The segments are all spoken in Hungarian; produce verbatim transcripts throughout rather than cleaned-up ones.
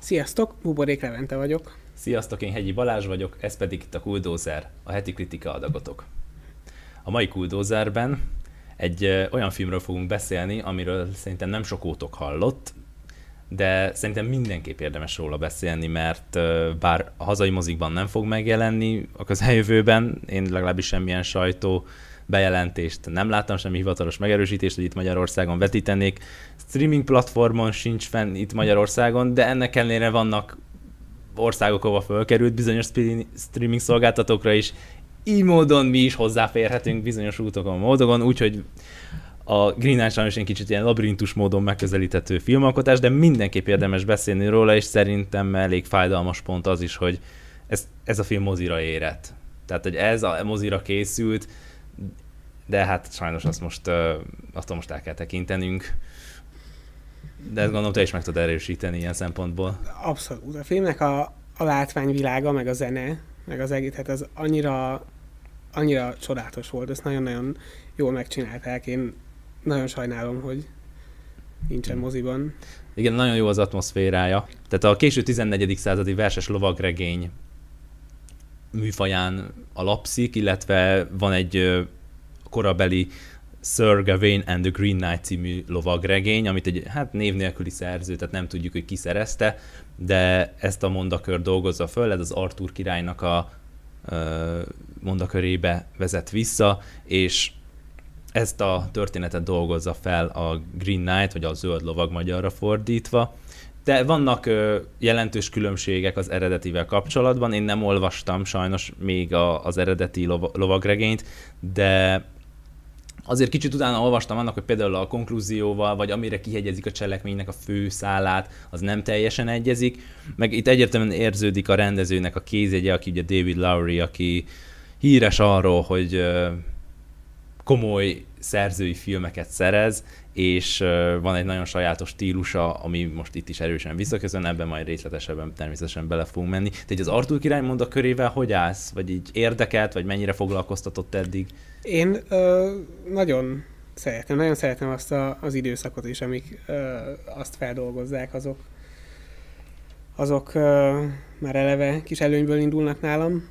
Sziasztok, Buborék Levente vagyok. Sziasztok, én Hegyi Balázs vagyok, ez pedig itt a Kuldózer, a heti kritika adagotok. A mai Kuldózerben egy ö, olyan filmről fogunk beszélni, amiről szerintem nem sok ótok hallott, de szerintem mindenképp érdemes róla beszélni, mert ö, bár a hazai mozikban nem fog megjelenni a közeljövőben, én legalábbis semmilyen sajtó bejelentést nem láttam, semmi hivatalos megerősítést, hogy itt Magyarországon vetítenék. Streaming platformon sincs fenn itt Magyarországon, de ennek ellenére vannak országok, ahova fölkerült bizonyos streaming szolgáltatókra is. Így módon mi is hozzáférhetünk bizonyos útokon, módokon, úgyhogy a Green Knight sajnos egy kicsit ilyen labirintus módon megközelíthető filmalkotás, de mindenképp érdemes beszélni róla, és szerintem elég fájdalmas pont az is, hogy ez, ez a film mozira érett. Tehát, hogy ez a mozira készült, de hát sajnos azt most, uh, azt most el kell tekintenünk. De ezt gondolom, te is meg tudod erősíteni ilyen szempontból. Abszolút. A filmnek a, a látványvilága, meg a zene, meg az egész, hát az annyira, annyira csodálatos volt, ezt nagyon-nagyon jól megcsinálták. Én nagyon sajnálom, hogy nincsen moziban. Igen, nagyon jó az atmoszférája. Tehát a késő tizennegyedik századi verses lovagregény műfaján alapszik, illetve van egy korabeli Sir Gawain and the Green Knight című lovagregény, amit egy hát név nélküli szerző, tehát nem tudjuk, hogy ki szerezte, de ezt a mondakör dolgozza föl, ez az Arthur királynak a ö, mondakörébe vezet vissza, és ezt a történetet dolgozza fel a Green Knight, vagy a zöld lovag magyarra fordítva. De vannak ö, jelentős különbségek az eredetivel kapcsolatban, én nem olvastam sajnos még a, az eredeti lov- lovagregényt, de azért kicsit utána olvastam annak, hogy például a konklúzióval, vagy amire kihegyezik a cselekménynek a fő szálát, az nem teljesen egyezik. Meg itt egyértelműen érződik a rendezőnek a kézjegye, aki ugye David Lowery, aki híres arról, hogy komoly szerzői filmeket szerez, és van egy nagyon sajátos stílusa, ami most itt is erősen visszaköszön, ebben majd részletesebben természetesen bele fogunk menni. Tehát az Arthur király mondakörével hogy állsz? Vagy így érdekelt, vagy mennyire foglalkoztatott eddig? Én ö, nagyon szeretem, nagyon szeretem azt a, az időszakot is, amik ö, azt feldolgozzák, azok, azok ö, már eleve kis előnyből indulnak nálam,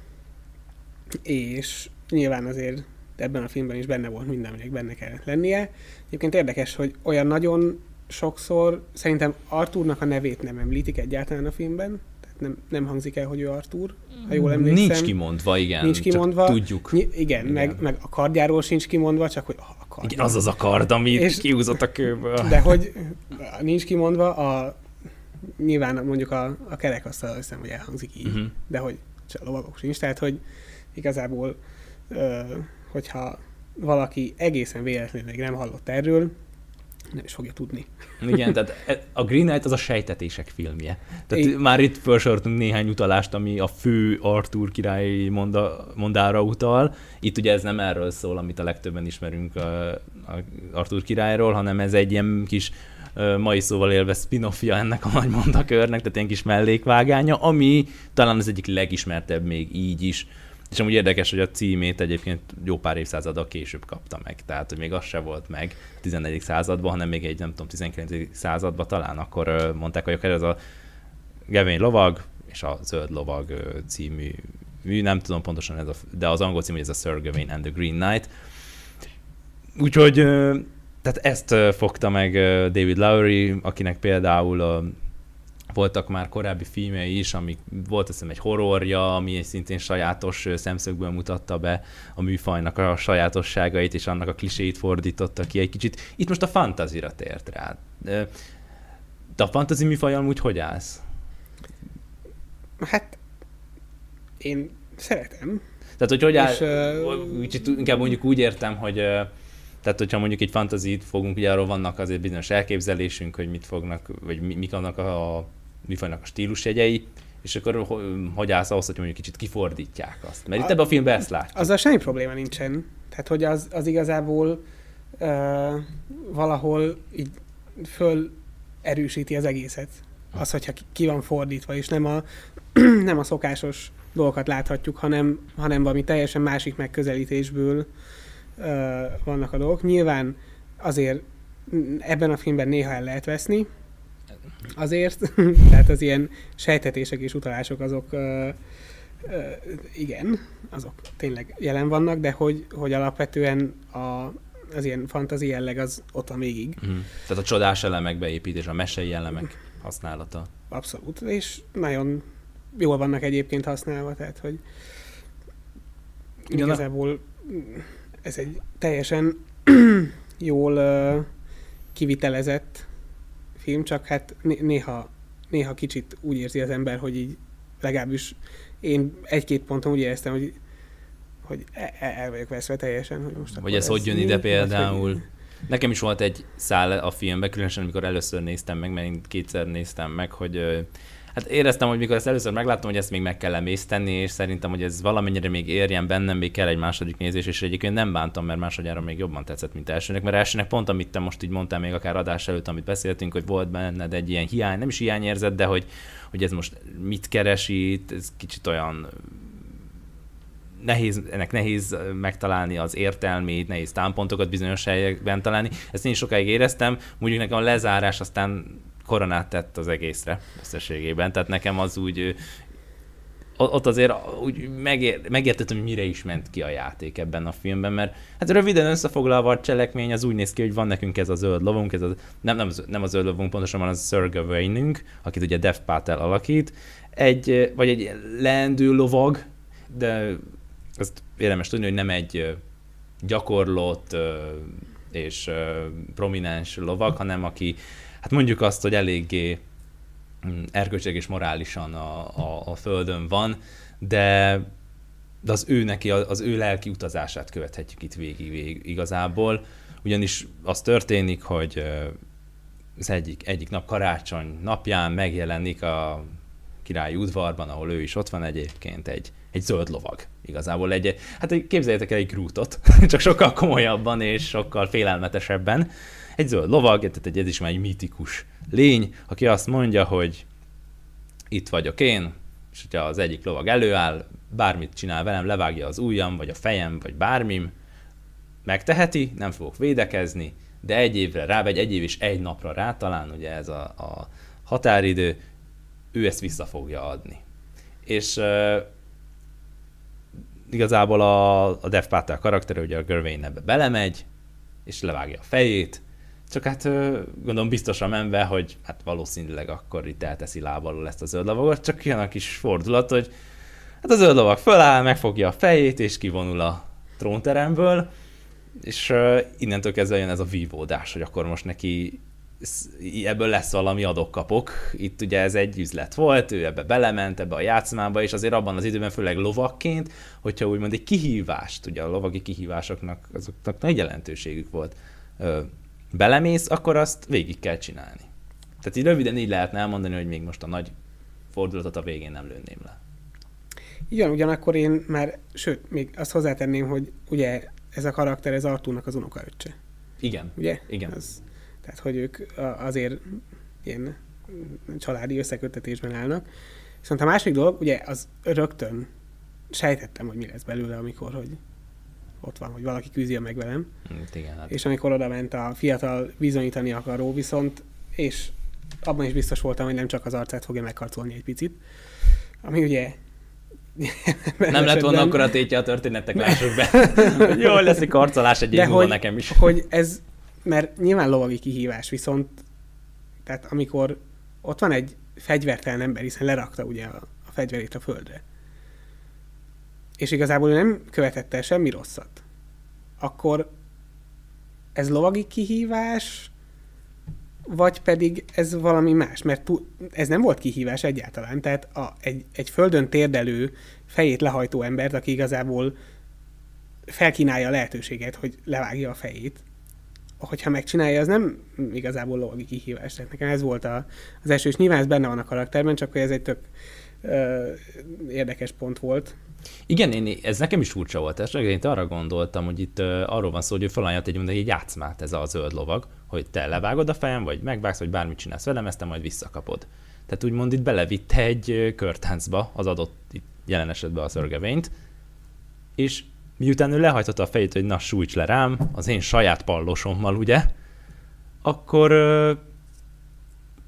és nyilván azért ebben a filmben is benne volt minden, aminek benne kellett lennie. Egyébként érdekes, hogy olyan nagyon sokszor szerintem Arthurnak a nevét nem említik egyáltalán a filmben, tehát nem, nem hangzik el, hogy ő Arthur, ha jól emlékszem. Nincs kimondva, igen. Nincs kimondva. Tudjuk. Ny- igen, igen. Meg, meg a kardjáról sincs kimondva, csak hogy a kard. Igen, az az a kard, amit és, kiúzott a kőből. De hogy nincs kimondva, a, nyilván mondjuk a, a kerekasztal hiszem, hogy elhangzik így, uh-huh. de hogy csak a lovagok sincs, tehát hogy igazából ö, hogyha valaki egészen véletlenül még nem hallott erről, nem is fogja tudni. Igen, tehát a Green Knight az a sejtetések filmje. Tehát é... már itt felsoroltunk néhány utalást, ami a fő Arthur királyi monda, mondára utal. Itt ugye ez nem erről szól, amit a legtöbben ismerünk a, a Arthur királyról, hanem ez egy ilyen kis mai szóval élve spin-offja ennek a nagy mondakörnek, tehát ilyen kis mellékvágánya, ami talán az egyik legismertebb még így is. És amúgy érdekes, hogy a címét egyébként jó pár évszázaddal később kapta meg. Tehát, hogy még az se volt meg a tizennegyedik században, hanem még egy, nem tudom, tizenkilencedik században talán akkor mondták, hogy akár ez a Gawain lovag és a zöld lovag című mű, nem tudom pontosan, ez a, de az angol cím, hogy ez a Sir Gawain and the Green Knight. Úgyhogy tehát ezt fogta meg David Lowery, akinek például a voltak már korábbi filmjei is, amik volt azt hiszem egy horrorja, ami egy szintén sajátos szemszögből mutatta be a műfajnak a sajátosságait, és annak a kliséit fordította ki egy kicsit. Itt most a fantasyra tért rá. De a fantasy műfajjal amúgy hogy állsz? Hát én szeretem. Tehát, hogy hogy áll, és, uh, inkább mondjuk úgy értem, hogy tehát, hogyha mondjuk egy fantasyt fogunk, ugye arról vannak azért bizonyos elképzelésünk, hogy mit fognak, vagy mik annak a műfajnak a stílusjegyei, és akkor hogy állsz ahhoz, hogy mondjuk kicsit kifordítják azt? Mert itt ebben a filmben ezt látjuk. Azzal semmi probléma nincsen. Tehát, hogy az, az igazából uh, valahol így föl erősíti az egészet. Az, hogyha ki van fordítva, és nem a, nem a szokásos dolgokat láthatjuk, hanem, hanem valami teljesen másik megközelítésből uh, vannak a dolgok. Nyilván azért ebben a filmben néha el lehet veszni, azért, tehát az ilyen sejtetések és utalások azok uh, uh, igen, azok tényleg jelen vannak, de hogy, hogy alapvetően a, az ilyen fantasy jelleg az ott van végig. Mm. Tehát a csodás elemek beépítés, a mesei elemek használata. Abszolút, és nagyon jól vannak egyébként használva, tehát hogy igen, igazából ez egy teljesen jól uh, kivitelezett film, csak hát néha, néha kicsit úgy érzi az ember, hogy így legalábbis én egy-két ponton úgy éreztem, hogy, hogy el vagyok veszve teljesen. Hogy most vagy ez hogy jön ide például? Hogy... Nekem is volt egy szál a filmben, különösen amikor először néztem meg, mert én kétszer néztem meg, hogy hát éreztem, hogy mikor ezt először megláttam, hogy ezt még meg kell emészteni, és szerintem, hogy ez valamennyire még érjen bennem, még kell egy második nézés, és egyébként nem bántam, mert másodjára még jobban tetszett, mint elsőnek, mert elsőnek pont, amit te most így mondtál még akár adás előtt, amit beszéltünk, hogy volt benned egy ilyen hiány, nem is hiányérzet, de hogy, hogy ez most mit keresít, ez kicsit olyan nehéz, ennek nehéz megtalálni az értelmét, nehéz támpontokat bizonyos helyekben találni. Ezt én is sokáig éreztem, mondjuk nekem a lezárás aztán koronát tett az egészre összességében, tehát nekem az úgy, ott azért úgy megér, megértettem, hogy mire is ment ki a játék ebben a filmben, mert hát röviden összefoglalva a cselekmény az úgy néz ki, hogy van nekünk ez a zöld lovunk, ez a, nem, nem, nem a zöld lovunk, pontosan van az Sir Gawainünk, akit ugye Dev Patel alakít, egy, vagy egy leendő lovag, de azt érdemes tudni, hogy nem egy gyakorlott és prominens lovag, hanem aki, hát mondjuk azt, hogy eléggé erkölcsileg és morálisan a, a, a földön van, de, de az ő neki, az ő lelki utazását követhetjük itt végig, végig igazából. Ugyanis az történik, hogy az egyik, egyik nap karácsony napján megjelenik a királyi udvarban, ahol ő is ott van egyébként, egy, egy zöld lovag. Igazából egy, hát képzeljétek el egy Grootot, csak sokkal komolyabban és sokkal félelmetesebben. Egy zöld lovag, tehát egy, ez is már egy mítikus lény, aki azt mondja, hogy itt vagyok én, és hogyha az egyik lovag előáll, bármit csinál velem, levágja az ujjam, vagy a fejem, vagy bármim, megteheti, nem fogok védekezni, de egy évre rá, vagy egy év és egy napra rá talán, ugye ez a, a határidő, ő ezt vissza fogja adni. És uh, igazából a, a Dev Patel karaktere, ugye a Gawain ebbe belemegy, és levágja a fejét, csak hát gondolom biztosan menve, hogy hát valószínűleg akkor itt elteszi láb alól ezt a zöld lovagot, csak jön a kis fordulat, hogy hát a zöld lovag föláll, megfogja a fejét, és kivonul a trónteremből, és uh, innentől kezdve jön ez a vívódás, hogy akkor most neki ebből lesz valami adok-kapok. Itt ugye ez egy üzlet volt, ő ebbe belement, ebbe a játszmába, és azért abban az időben, főleg lovakként, hogyha úgymond egy kihívást, ugye a lovagi kihívásoknak azoknak nagy jelentőségük volt, ö, belemész, akkor azt végig kell csinálni. Tehát így röviden így lehetne elmondani, hogy még most a nagy fordulatot a végén nem lőném le. Igen, ugyanakkor én már, sőt, még azt hozzátenném, hogy ugye ez a karakter, ez Artúrnak az unokaöccse. Igen. Ugye? Igen. Az, tehát, hogy ők azért ilyen családi összeköttetésben állnak. Viszont a másik dolog, ugye az rögtön sejtettem, hogy mi lesz belőle, amikor, hogy ott van, hogy valaki küzdje meg velem. Igen, hát. És amikor oda ment a fiatal bizonyítani akaró, viszont, és abban is biztos voltam, hogy nem csak az arcát fogja megkarcolni egy picit, ami ugye nem lett volna akkor a tétje a történetnek, lássuk be. Jól lesz egy karcolás egy év múlva nekem is. Hogy ez, mert nyilván lovagi kihívás, viszont tehát amikor ott van egy fegyvertelen ember, hiszen lerakta ugye a, a fegyverét a földre, és igazából ő nem követett el semmi rosszat, akkor ez lovagi kihívás, vagy pedig ez valami más, mert ez nem volt kihívás egyáltalán, tehát a, egy, egy földön térdelő, fejét lehajtó embert, aki igazából felkínálja a lehetőséget, hogy levágja a fejét, hogyha megcsinálja, az nem igazából lovagi kihívás. Tehát nekem ez volt a, az első, és nyilván ez benne van a karakterben, csak hogy ez egy tök ö, érdekes pont volt. Igen, én, ez nekem is furcsa volt, és én arra gondoltam, hogy itt uh, arról van szó, hogy ő felajánlott egy, egy játszmát, ez a zöld lovag, hogy te levágod a fejem, vagy megvágsz, vagy bármit csinálsz velem, ezt te majd visszakapod. Tehát úgymond itt belevitte egy körtáncba az adott jelen esetben a Sir Gawaint, és miután ő lehajtotta a fejét, hogy na, sújts le rám, az én saját pallosommal, ugye, akkor uh,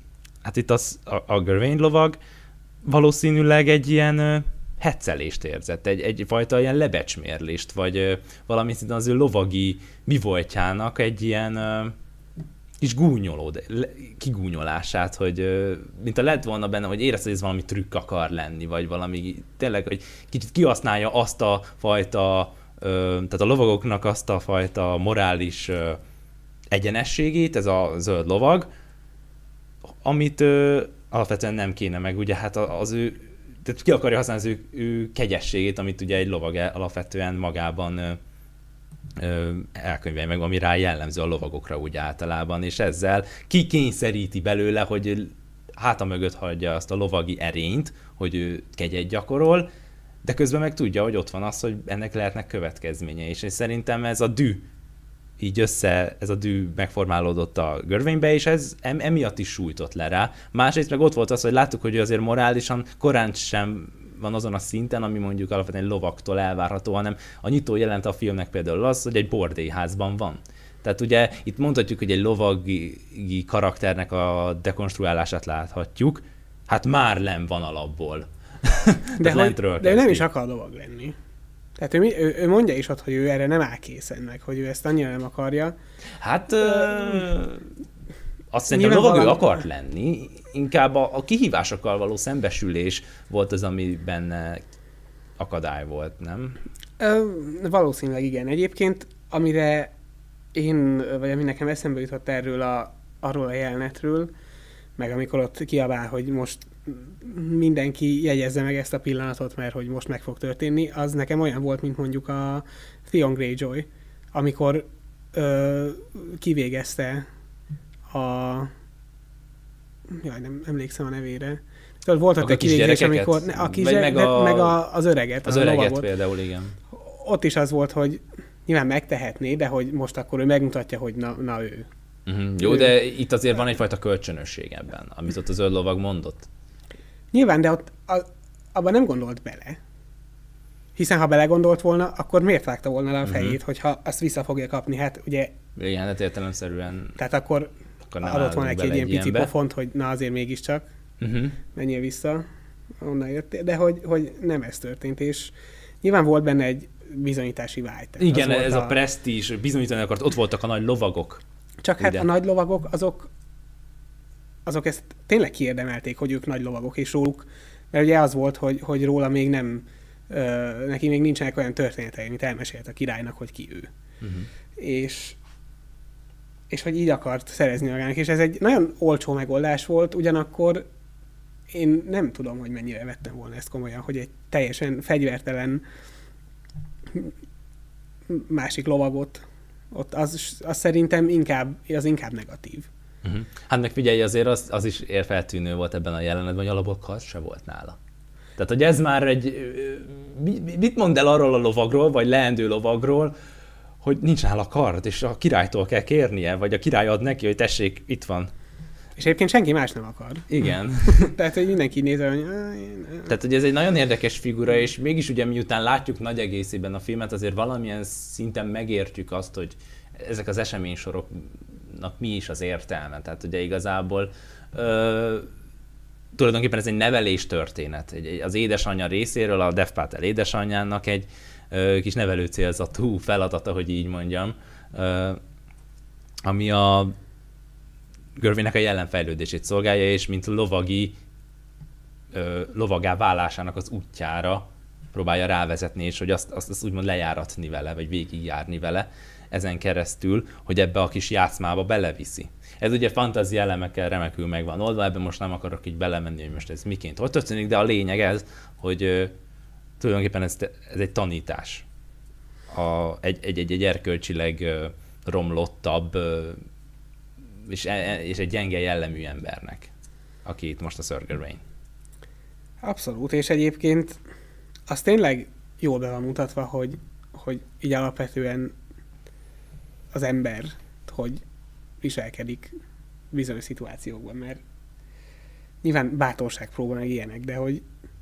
hát itt az, a, a Gervain lovag valószínűleg egy ilyen ö, heccelést érzett, egy, egyfajta ilyen lebecsmérlést, vagy ö, valami szinten az ő lovagi mi voltjának egy ilyen ö, kis gúnyolód, le, kigúnyolását, hogy ö, mint a lett volna benne, hogy érezte, hogy ez valami trükk akar lenni, vagy valami, tényleg, hogy kicsit kihasználja azt a fajta, ö, tehát a lovagoknak azt a fajta morális ö, egyenességét, ez a zöld lovag, amit ö, alapvetően nem kéne meg, ugye hát az ő, tehát ki akarja használni az ő, ő kegyességét, amit ugye egy lovag alapvetően magában ö, ö, elkönyvelj meg, ami rá jellemző a lovagokra úgy általában, és ezzel kikényszeríti belőle, hogy háta mögött hagyja azt a lovagi erényt, hogy ő kegyet gyakorol, de közben meg tudja, hogy ott van az, hogy ennek lehetnek következménye, és szerintem ez a dű, így össze, ez a dű megformálódott a Gervainbe, és ez emiatt is sújtott le rá. Másrészt meg ott volt az, hogy láttuk, hogy ő azért morálisan korán sem van azon a szinten, ami mondjuk alapvetően egy lovaktól elvárható, hanem a nyitó jelent a filmnek például az, hogy egy bordélyházban van. Tehát ugye itt mondhatjuk, hogy egy lovagi karakternek a dekonstruálását láthatjuk, hát már nem van alapból. De, hogy, de ő nem is akar lovag lenni. Tehát ő, ő, ő mondja is ott, hogy ő erre nem áll készen meg, hogy ő ezt annyira nem akarja. Hát ö, azt szerintem lovag valami... ő akart lenni, inkább a, a kihívásokkal való szembesülés volt az, ami benne akadály volt, nem? Ö, valószínűleg igen. Egyébként, amire én, vagy ami nekem eszembe jutott erről a, arról a jelenetről, meg amikor ott kiabál, hogy most mindenki jegyezze meg ezt a pillanatot, mert hogy most meg fog történni, az nekem olyan volt, mint mondjuk a Theon Greyjoy, amikor ö, kivégezte a... Jaj, nem emlékszem a nevére. Tehát volt ott egy kivégzés, amikor... Ne, a kisgyerek, meg, a... meg a, az öreget. Az a öreget lovagot. Például, igen. Ott is az volt, hogy nyilván megtehetné, de hogy most akkor ő megmutatja, hogy na, na ő. Uh-huh. Jó, ő... de itt azért van egyfajta kölcsönösség ebben, amit ott az zöld lovag mondott. Nyilván, de ott a, abban nem gondolt bele. Hiszen ha belegondolt volna, akkor miért vágta volna le a fejét, uh-huh. hogyha azt vissza fogja kapni? Hát ugye... Igen, hát értelemszerűen... Tehát akkor, akkor adott volna neki egy ilyen pici pofont, hogy na azért mégiscsak uh-huh. menjél vissza, onnan jöttél. De hogy, hogy nem ez történt, és nyilván volt benne egy bizonyítási vágy. Igen, ez a, a presztízs, bizonyítani akart, ott voltak a nagy lovagok. Csak hát ide. A nagy lovagok, azok azok ezt tényleg kiérdemelték, hogy ők nagy lovagok, és róluk, mert ugye az volt, hogy, hogy róla még nem, ö, neki még nincsenek olyan történetei, amit elmesélt a királynak, hogy ki ő. Uh-huh. És, és hogy így akart szerezni magának, és ez egy nagyon olcsó megoldás volt, ugyanakkor én nem tudom, hogy mennyire vettem volna ezt komolyan, hogy egy teljesen fegyvertelen másik lovagot, ott az, az szerintem inkább, az inkább negatív. Uh-huh. Hát meg figyelj, azért az, az is érfeltűnő volt ebben a jelenetben, hogy alapból kard se volt nála. Tehát, hogy ez már egy... Mit mond el arról a lovagról, vagy leendő lovagról, hogy nincs nála kard, és a királytól kell kérnie, vagy a király ad neki, hogy tessék, itt van. És egyébként senki más nem akar. Igen. Tehát, hogy mindenki nézve, hogy... Tehát, hogy ez egy nagyon érdekes figura, és mégis ugye miután látjuk nagy egészében a filmet, azért valamilyen szinten megértjük azt, hogy ezek az eseménysoroknak mi is az értelme. Tehát ugye igazából ö, tulajdonképpen ez egy nevelés történet. Egy, az édesanyja részéről, a Dev Patel édesanyjának egy ö, kis nevelő célzatú feladata, hogy így mondjam, ö, ami a Gervainnek a jelenfejlődését szolgálja, és mint lovagi, ö, lovagá válásának az útjára próbálja rávezetni, és hogy azt, azt, azt úgymond lejáratni vele, vagy végigjárni vele ezen keresztül, hogy ebbe a kis játszmába beleviszi. Ez ugye fantázia elemekkel remekül meg van oldva, ebben most nem akarok így belemenni, hogy most ez miként hogy történik, de a lényeg ez, hogy ö, tulajdonképpen ez, ez egy tanítás. A, egy, egy, egy, egy erkölcsileg ö, romlottabb ö, és, és egy gyenge jellemű embernek, aki itt most a Sir Gervain. Abszolút, és egyébként az tényleg jól be van mutatva, hogy, hogy így alapvetően az ember, hogy viselkedik bizonyos szituációkban, mert nyilván bátorságpróba meg ilyenek, de hogy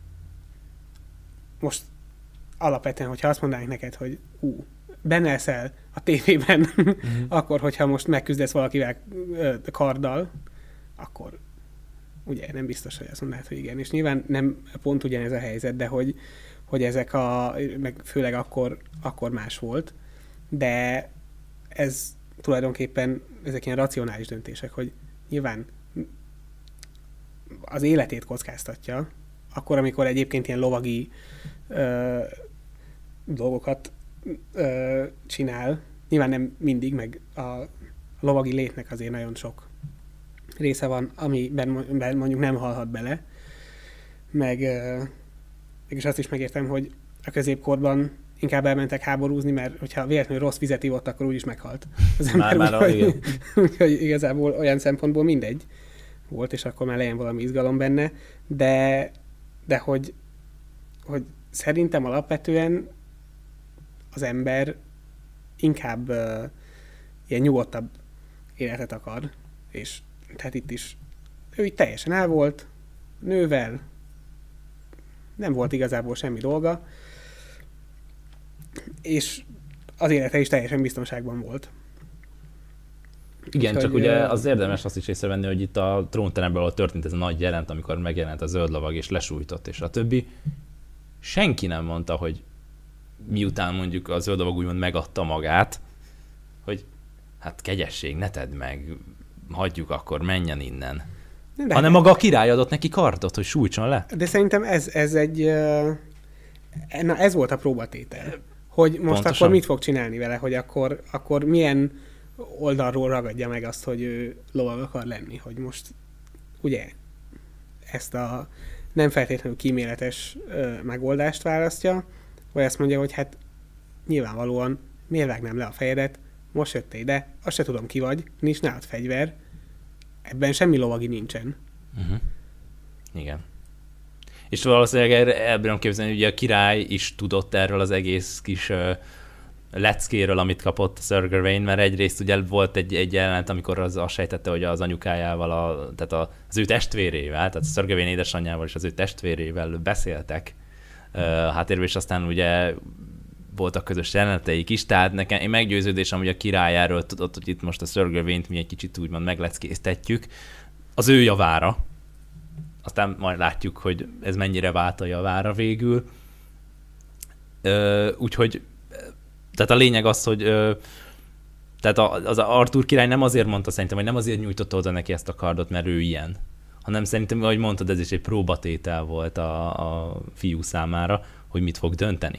most alapvetően, hogyha azt mondanánk neked, hogy ú, benne leszel a tévében, mm-hmm. akkor, hogyha most megküzdesz valakivel karddal, akkor ugye nem biztos, hogy azt mondanád, hogy igen. És nyilván nem pont ugyanez a helyzet, de hogy, hogy ezek a, meg főleg akkor, akkor más volt, de ez tulajdonképpen ezek ilyen racionális döntések, hogy nyilván az életét kockáztatja, akkor, amikor egyébként ilyen lovagi ö, dolgokat ö, csinál, nyilván nem mindig, meg a, a lovagi létnek azért nagyon sok része van, amiben mondjuk nem halhat bele, meg ö, mégis azt is megértem, hogy a középkorban inkább elmentek háborúzni, mert hogyha véletlenül rossz vizet ivott, akkor úgyis meghalt az ember. Már, már úgy, hogy igazából olyan szempontból mindegy volt, és akkor már legyen valami izgalom benne, de, de hogy, hogy szerintem alapvetően az ember inkább uh, ilyen nyugodtabb életet akar, és tehát itt is ő itt teljesen el volt, nővel, nem volt igazából semmi dolga, és az élete is teljesen biztonságban volt. Igen, úgy, csak hogy, ugye az érdemes azt is észrevenni, hogy itt a trónteremben történt ez a nagy jelent, amikor megjelent a zöld lovag és lesújtott, és a többi. Senki nem mondta, hogy miután mondjuk a zöld lovag úgymond megadta magát, hogy hát kegyesség, ne tedd meg, hagyjuk akkor, menjen innen. De hanem maga a király adott neki kardot, hogy sújtson le. De szerintem ez, ez egy... Na ez volt a próbatétel. Hogy most Pontosan. Akkor mit fog csinálni vele, hogy akkor, akkor milyen oldalról ragadja meg azt, hogy ő lovag akar lenni, hogy most ugye ezt a nem feltétlenül kíméletes ö, megoldást választja, vagy azt mondja, hogy hát nyilvánvalóan miért vágnám le a fejedet, most jöttél ide, azt se tudom ki vagy, nincs nálad fegyver, ebben semmi lovagi nincsen. Uh-huh. Igen. És valószínűleg el bírom képzelni, hogy ugye a király is tudott erről az egész kis uh, leckéről, amit kapott Sir Gawain, mert egyrészt ugye volt egy, egy jelenet, amikor az azt sejtette, hogy az anyukájával, a, tehát a, az ő testvérével, tehát Sir Gawain édesanyjával és az ő testvérével beszéltek uh, háttérben, és aztán ugye voltak közös jeleneteik is, tehát nekem én meggyőződésem, hogy a király erről tudott, hogy itt most a Sir Gawaint mi egy kicsit úgymond megleckéztetjük az ő javára. Aztán majd látjuk, hogy ez mennyire vált a javára végül. Ö, úgyhogy, tehát a lényeg az, hogy ö, tehát az Arthur király nem azért mondta szerintem, hogy nem azért nyújtotta oda neki ezt a kardot, mert ő ilyen, hanem szerintem, ahogy mondtad, ez is egy próbatétel volt a, a fiú számára, hogy mit fog dönteni.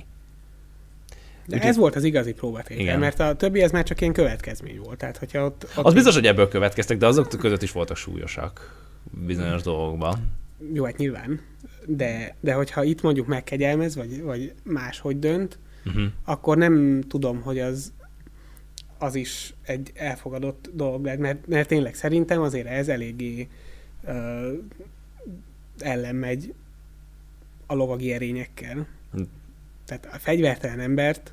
De Úgy ez volt az igazi próbatétel, igen. Mert a többi ez már csak ilyen következmény volt. Tehát, hogyha ott, ott az biztos, hogy ebből következtek, de azok között is voltak súlyosak bizonyos dolgokban. Jó, hát nyilván. De, de hogyha itt mondjuk megkegyelmez, vagy, vagy máshogy dönt, uh-huh. akkor nem tudom, hogy az, az is egy elfogadott dolog lehet, mert, mert tényleg szerintem azért ez eléggé uh, ellen megy a lovagi erényekkel. Uh-huh. Tehát a fegyvertelen embert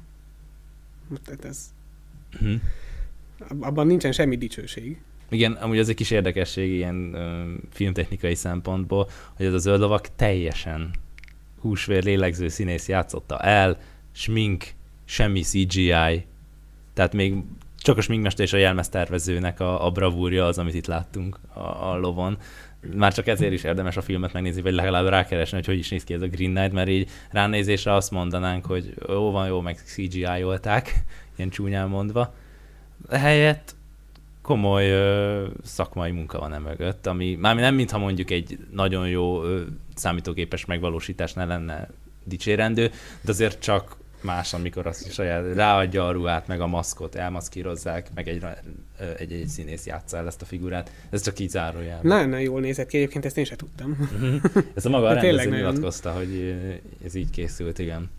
tehát ez, uh-huh. abban nincsen semmi dicsőség. Igen, amúgy ez egy kis érdekesség ilyen ö, filmtechnikai szempontból, hogy ez a zöld lovag teljesen húsvér lélegző színész játszotta el, smink, semmi cé gé í, tehát még csak a sminkmester és a jelmeztervezőnek a, a bravúrja az, amit itt láttunk a, a lovon. Már csak ezért is érdemes a filmet megnézni, vagy legalább rákeresni, hogy hogy is néz ki ez a Green Knight, mert így ránézésre azt mondanánk, hogy jó van, jó, meg cé gé í-olták, ilyen csúnyán mondva. Helyett komoly ö, szakmai munka van emögött, ami már nem mintha mondjuk egy nagyon jó ö, számítógépes megvalósításnál lenne dicsérendő, de azért csak más, amikor azt is saját ráadja a ruhát, meg a maszkot, elmaszkírozzák, meg egy, egy, egy színész játsza el ezt a figurát. Ez csak így zárójában. Nagyon jól nézett ki, egyébként ezt én sem tudtam. Ez a maga a rendező nyilatkozta, hogy ez így készült, igen.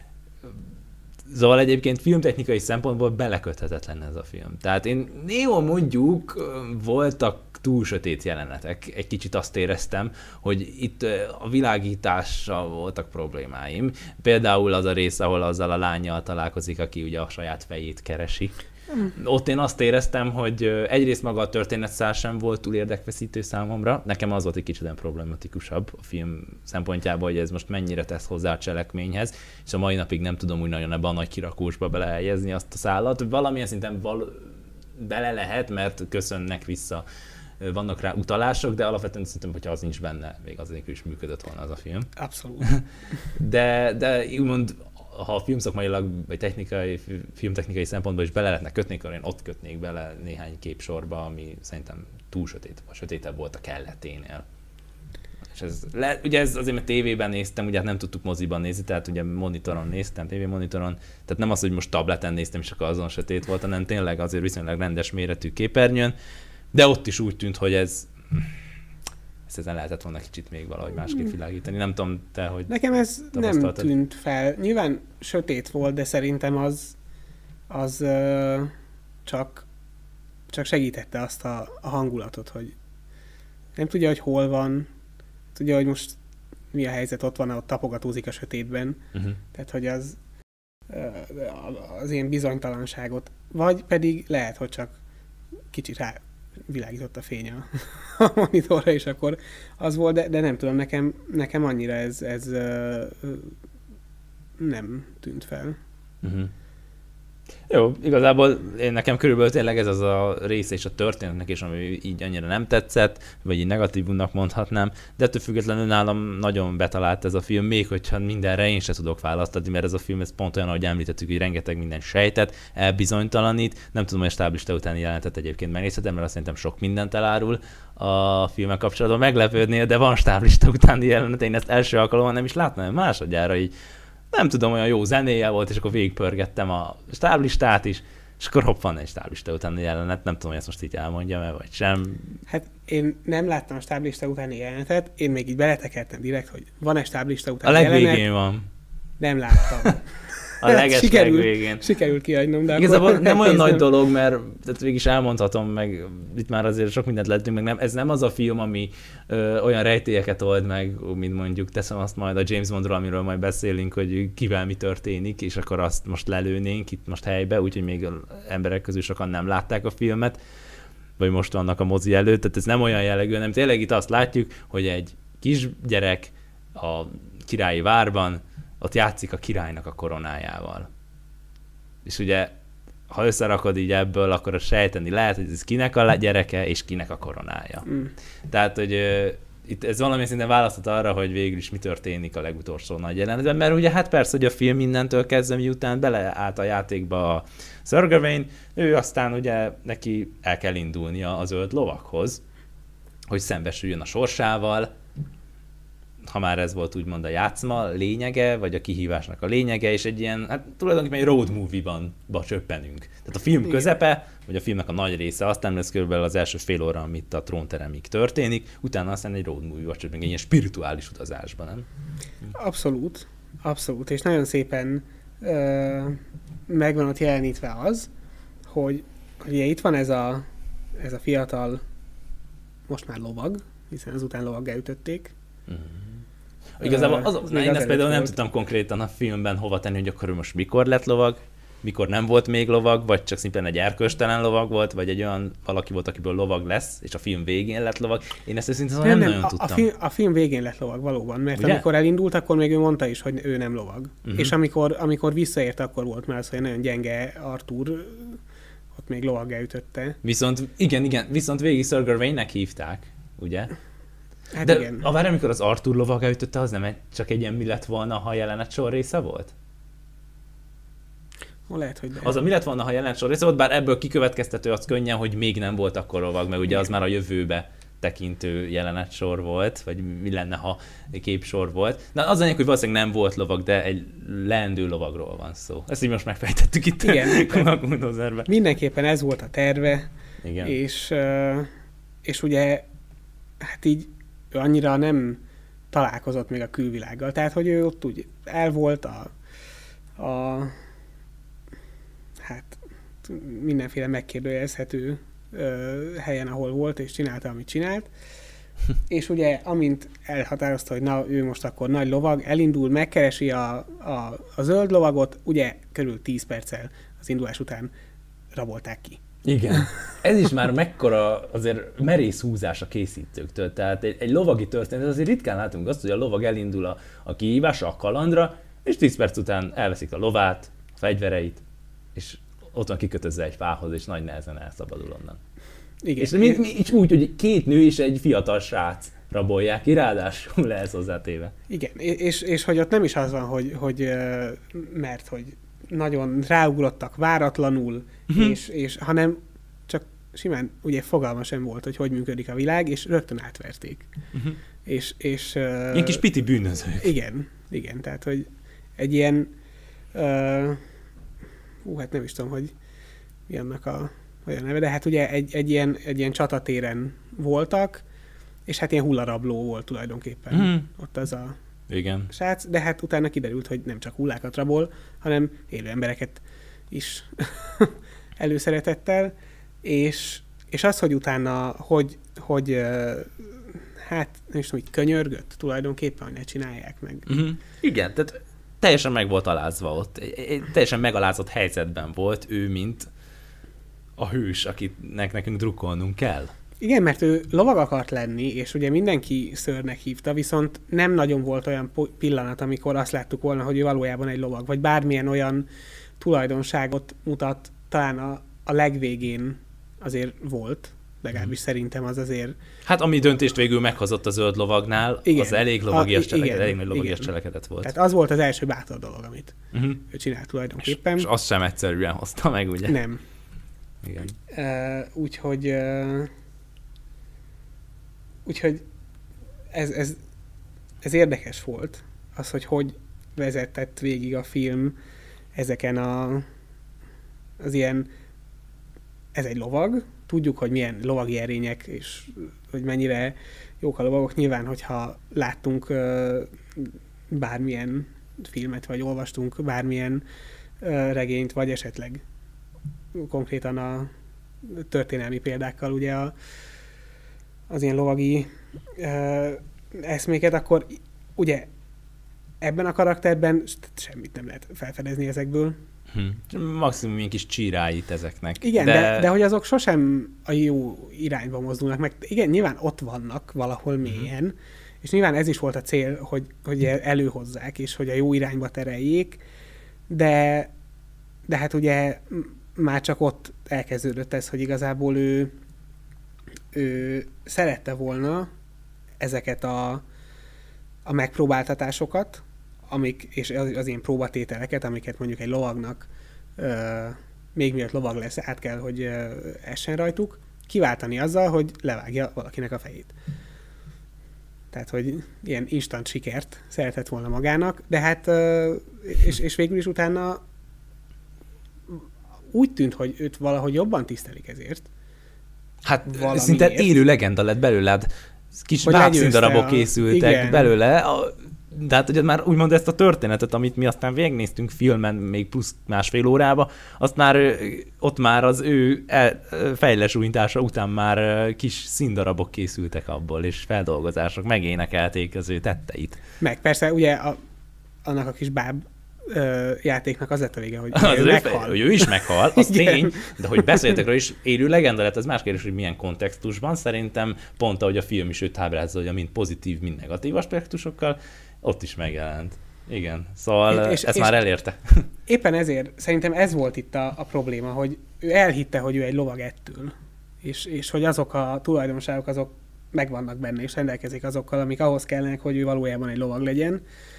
Szóval egyébként filmtechnikai szempontból beleköthetetlen ez a film. Tehát én néha mondjuk voltak túl sötét jelenetek. Egy kicsit azt éreztem, hogy itt a világítással voltak problémáim. Például az a rész, ahol azzal a lányjal találkozik, aki ugye a saját fejét keresi. Mm. Ott én azt éreztem, hogy egyrészt maga a történetszál sem volt túl érdekveszítő számomra. Nekem az volt egy kicsit problematikusabb a film szempontjából, hogy ez most mennyire tesz hozzá a cselekményhez, és a mai napig nem tudom úgy nagyon ebbe a nagy kirakósba belehelyezni azt a szállat. Valamilyen szinten val- bele lehet, mert köszönnek vissza vannak rá utalások, de alapvetően szerintem, hogyha az nincs benne, még az nélkül is működött volna az a film. Abszolút. De, de úgymond, ha a filmszakmailag, vagy technikai, filmtechnikai szempontból is bele lehetne kötni, akkor én ott kötnék bele néhány képsorba, ami szerintem túl sötét, vagy sötétebb volt a kelleténél. És ez, le, ugye ez azért, mert tévében néztem, ugye hát nem tudtuk moziban nézni, tehát ugye monitoron néztem, tévémonitoron, tehát nem az, hogy most tableten néztem, és akkor azon sötét volt, hanem tényleg azért viszonylag rendes méretű képernyőn, de ott is úgy tűnt, hogy ez ezt ezen lehetett volna kicsit még valahogy másképp világítani. Nem tudom, te, hogy nekem ez nem tűnt fel. Nyilván sötét volt, de szerintem az, az uh, csak, csak segítette azt a, a hangulatot, hogy nem tudja, hogy hol van, tudja, hogy most mi a helyzet, ott van, ott tapogatózik a sötétben. Uh-huh. Tehát, hogy az az ilyen bizonytalanságot, vagy pedig lehet, hogy csak kicsit rá világított a fény a, a monitorra, és akkor az volt, de, de nem tudom, nekem, nekem annyira ez, ez uh, nem tűnt fel. Uh-huh. Jó, igazából én nekem körülbelül tényleg ez az a része és a történetnek is, ami így annyira nem tetszett, vagy így negatívumnak mondhatnám, de ettől függetlenül nálam nagyon betalált ez a film, még hogyha mindenre én se tudok választ adni, mert ez a film ez pont olyan, ahogy említettük, hogy rengeteg minden sejtet, elbizonytalanít, nem tudom, hogy a stáblista utáni jelentet egyébként megnézhetem, mert azt szerintem sok mindent elárul a filmmel kapcsolatban, meglepődnél, de van stáblista utáni jelenet, én ezt első alkalommal nem is látnám, másodjára így nem tudom, olyan jó zenéje volt, és akkor végigpörgettem a stáblistát is, és akkor hopp, van egy stáblista utáni jelenet, nem tudom, hogy ezt most így elmondjam-e, vagy sem. Hát én nem láttam a stáblista utáni jelenetet, én még így beletekertem direkt, hogy van-e stáblista utáni jelenet. A legvégén jelenet? Van. Nem láttam. A leges sikerült, legvégén. Sikerült kihagynom, de igazából akkor nem olyan nagy dolog, mert tehát végig is elmondhatom, meg itt már azért sok mindent lettünk, meg nem, ez nem az a film, ami ö, olyan rejtélyeket old meg, mint mondjuk teszem azt majd a James Bondról, amiről majd beszélünk, hogy kivel mi történik, és akkor azt most lelőnénk itt most helybe, úgyhogy még emberek közül sokan nem látták a filmet, vagy most vannak a mozi előtt, tehát ez nem olyan jellegű, hanem tényleg itt azt látjuk, hogy egy kisgyerek a királyi várban ott játszik a királynak a koronájával. És ugye, ha összerakod így ebből, akkor sejteni lehet, hogy ez kinek a gyereke, és kinek a koronája. Mm. Tehát, hogy uh, itt ez valamilyen szinten választott arra, hogy végül is mi történik a legutolsó nagy jelenetben, mert ugye hát persze, hogy a film mindentől kezdve, miután beleállt a játékba a Sir Gawain, ő aztán ugye neki el kell indulnia a zöld lovakhoz, hogy szembesüljön a sorsával, ha már ez volt úgymond a játszma lényege, vagy a kihívásnak a lényege, és egy ilyen, hát tulajdonképpen egy road movie-ban csöppenünk. Tehát a film igen. közepe, vagy a filmnek a nagy része, aztán lesz körülbelül az első fél óra, amit a trónteremig történik, utána aztán egy road movie-ba csöppenünk, egy ilyen spirituális utazásban, nem? Abszolút, abszolút, és nagyon szépen ö, megvan ott jelenítve az, hogy ugye itt van ez a, ez a fiatal, most már lovag, hiszen azután lovaggá ütötték. Uh-huh. Igazából az, az én ezt például nem volt. Tudtam konkrétan a filmben hova tenni, hogy akkor most mikor lett lovag, mikor nem volt még lovag, vagy csak szimplán egy erkölcstelen lovag volt, vagy egy olyan valaki volt, akiből lovag lesz, és a film végén lett lovag. Én ezt szintén nem, nem, nem nagyon a, tudtam. A film, a film végén lett lovag valóban, mert ugye? Amikor elindult, akkor még ő mondta is, hogy ő nem lovag. Uh-huh. És amikor, amikor visszaért, akkor volt már az, hogy nagyon gyenge Arthur ott még lovaggá ütötte. Viszont igen, igen, viszont végig Sir Gawainnek hívták, ugye? Hát de igen. A vár, amikor az Arthur lovaggá ütötte, az nem egy, csak egy ilyen mi lett volna, ha jelenet sor része volt? Oh, lehet, hogy de. Az a mi lett volna, ha jelenet sor része volt, bár ebből kikövetkeztető az könnyen, hogy még nem volt akkor lovag, mert ugye igen. az már a jövőbe tekintő jelenet sor volt, vagy mi lenne, ha képsor volt. Na az anyag, hogy valószínűleg nem volt lovag, de egy leendő lovagról van szó. Ezt így most megfejtettük itt. Igen. A mindenképpen ez volt a terve, igen. És, és ugye hát így ő annyira nem találkozott még a külvilággal. Tehát, hogy ő ott úgy el volt a, a hát mindenféle megkérdőjelezhető ö, helyen, ahol volt, és csinálta, amit csinált. És ugye, amint elhatározta, hogy na, ő most akkor nagy lovag, elindul, megkeresi a, a, a zöld lovagot, ugye körül tíz perccel az indulás után rabolták ki. Igen. Ez is már mekkora azért merész húzás a készítőktől. Tehát egy, egy lovagi történet, azért ritkán látunk azt, hogy a lovag elindul a, a kihívásra, a kalandra, és tíz perc után elveszik a lovát, a fegyvereit, és ott van kikötözve egy fához, és nagy nehezen elszabadul onnan. Igen. És mi, mi, és úgy, hogy két nő és egy fiatal srác rabolják ki, ráadásul lesz hozzátéve. Igen, és, és hogy ott nem is az van, hogy, hogy mert hogy nagyon ráugrottak váratlanul, uh-huh. és, és, hanem csak simán ugye fogalma sem volt, hogy hogy működik a világ, és rögtön átverték. Uh-huh. És, és, ilyen kis piti bűnözők. Igen, igen, tehát hogy egy ilyen uh, hú, hát nem is tudom, hogy mi annak a olyan neve, de hát ugye egy, egy, ilyen, egy ilyen csatatéren voltak, és hát ilyen hullarabló volt tulajdonképpen mm. ott az a igen. srác, de hát utána kiderült, hogy nem csak hullákat rabol, hanem élő embereket is előszeretettel, és, és az, hogy utána, hogy, hogy hát nem is tudom, hogy könyörgött tulajdonképpen, hogy ne csinálják meg. Mm-hmm. Igen, tehát teljesen meg volt alázva ott, egy teljesen megalázott helyzetben volt ő, mint a hős, akinek nekünk drukkolnunk kell. Igen, mert ő lovag akart lenni, és ugye mindenki szörnek hívta, viszont nem nagyon volt olyan pillanat, amikor azt láttuk volna, hogy ő valójában egy lovag, vagy bármilyen olyan tulajdonságot mutat, talán a, a legvégén azért volt, legalábbis hmm. szerintem az azért... Hát ami döntést végül meghozott a zöld lovagnál, igen. az elég lovagias cselekedet, elég nagy lovagias cselekedet volt. Tehát az volt az első bátor dolog, amit uh-huh. ő csinált tulajdonképpen. És, és azt sem egyszerűen hozta meg, ugye? Nem. Igen. Uh, úgyhogy... Uh, Úgyhogy ez, ez, ez érdekes volt, az, hogy hogy vezetett végig a film ezeken a, az ilyen, ez egy lovag, tudjuk, hogy milyen lovagi erények, és hogy mennyire jók a lovagok. Nyilván, hogyha láttunk uh, bármilyen filmet, vagy olvastunk bármilyen uh, regényt, vagy esetleg konkrétan a történelmi példákkal, ugye a az ilyen lovagi uh, eszméket, akkor ugye ebben a karakterben semmit nem lehet felfedezni ezekből. Hm. Maximum ilyen kis csíráit ezeknek. Igen, de... De, de hogy azok sosem a jó irányba mozdulnak meg. Igen, nyilván ott vannak valahol mélyen, hm. és nyilván ez is volt a cél, hogy, hogy előhozzák, és hogy a jó irányba tereljék, de, de hát ugye már csak ott elkezdődött ez, hogy igazából ő ő szerette volna ezeket a, a megpróbáltatásokat, amik, és az, az ilyen próbatételeket, amiket mondjuk egy lovagnak ö, még mielőtt lovag lesz, át kell, hogy ö, essen rajtuk, kiváltani azzal, hogy levágja valakinek a fejét. Tehát, hogy ilyen instant sikert szeretett volna magának, de hát, ö, és, és végül is utána úgy tűnt, hogy őt valahogy jobban tisztelik ezért. Hát valamiért. Szinte élő legenda lett belőle, kis bábszíndarabok készültek igen. belőle, a, de hát ugye már úgymond ezt a történetet, amit mi aztán végignéztünk filmen még plusz másfél órába, azt már ott már az ő fejlesújtása után már kis színdarabok készültek abból, és feldolgozások, megénekelték az ő tetteit. Meg persze ugye a, annak a kis báb Ö, játéknak az lett a vége, hogy az ő meghal. Hogy ő is meghal, az tény, de hogy beszéltek róla is, élő legenda lett, ez más kérdés, hogy milyen kontextusban. Szerintem pont ahogy a film is őt ábrázolja, mind pozitív, mind negatív aspektusokkal, ott is megjelent. Igen, szóval és, ezt és már elérte. Éppen ezért szerintem ez volt itt a, a probléma, hogy ő elhitte, hogy ő egy lovag ettől, és, és hogy azok a tulajdonságok azok megvannak benne, és rendelkezik azokkal, amik ahhoz kellenek, hogy ő valójában egy lovag legyen.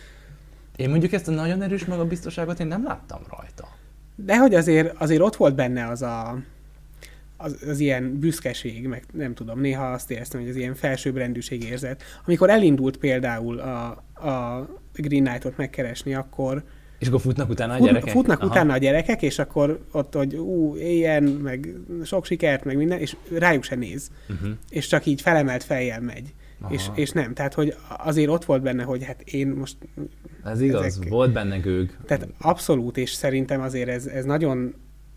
Én mondjuk ezt a nagyon erős magabiztosságot én nem láttam rajta. De hogy azért, azért ott volt benne az a az, az ilyen büszkeség, meg nem tudom, néha azt éreztem, hogy az ilyen felsőbbrendűség érzet. Amikor elindult például a, a Green Knight-ot megkeresni, akkor és akkor futnak utána a fut, gyerekek? Futnak Aha. utána a gyerekek, és akkor ott, hogy ú, éljen, meg sok sikert, meg minden, és rájuk se néz. Uh-huh. És csak így felemelt fejjel megy. És, és nem, tehát hogy azért ott volt benne, hogy hát én most... Ez igaz, ezek, volt benne gőg. Tehát abszolút, és szerintem azért ez, ez nagyon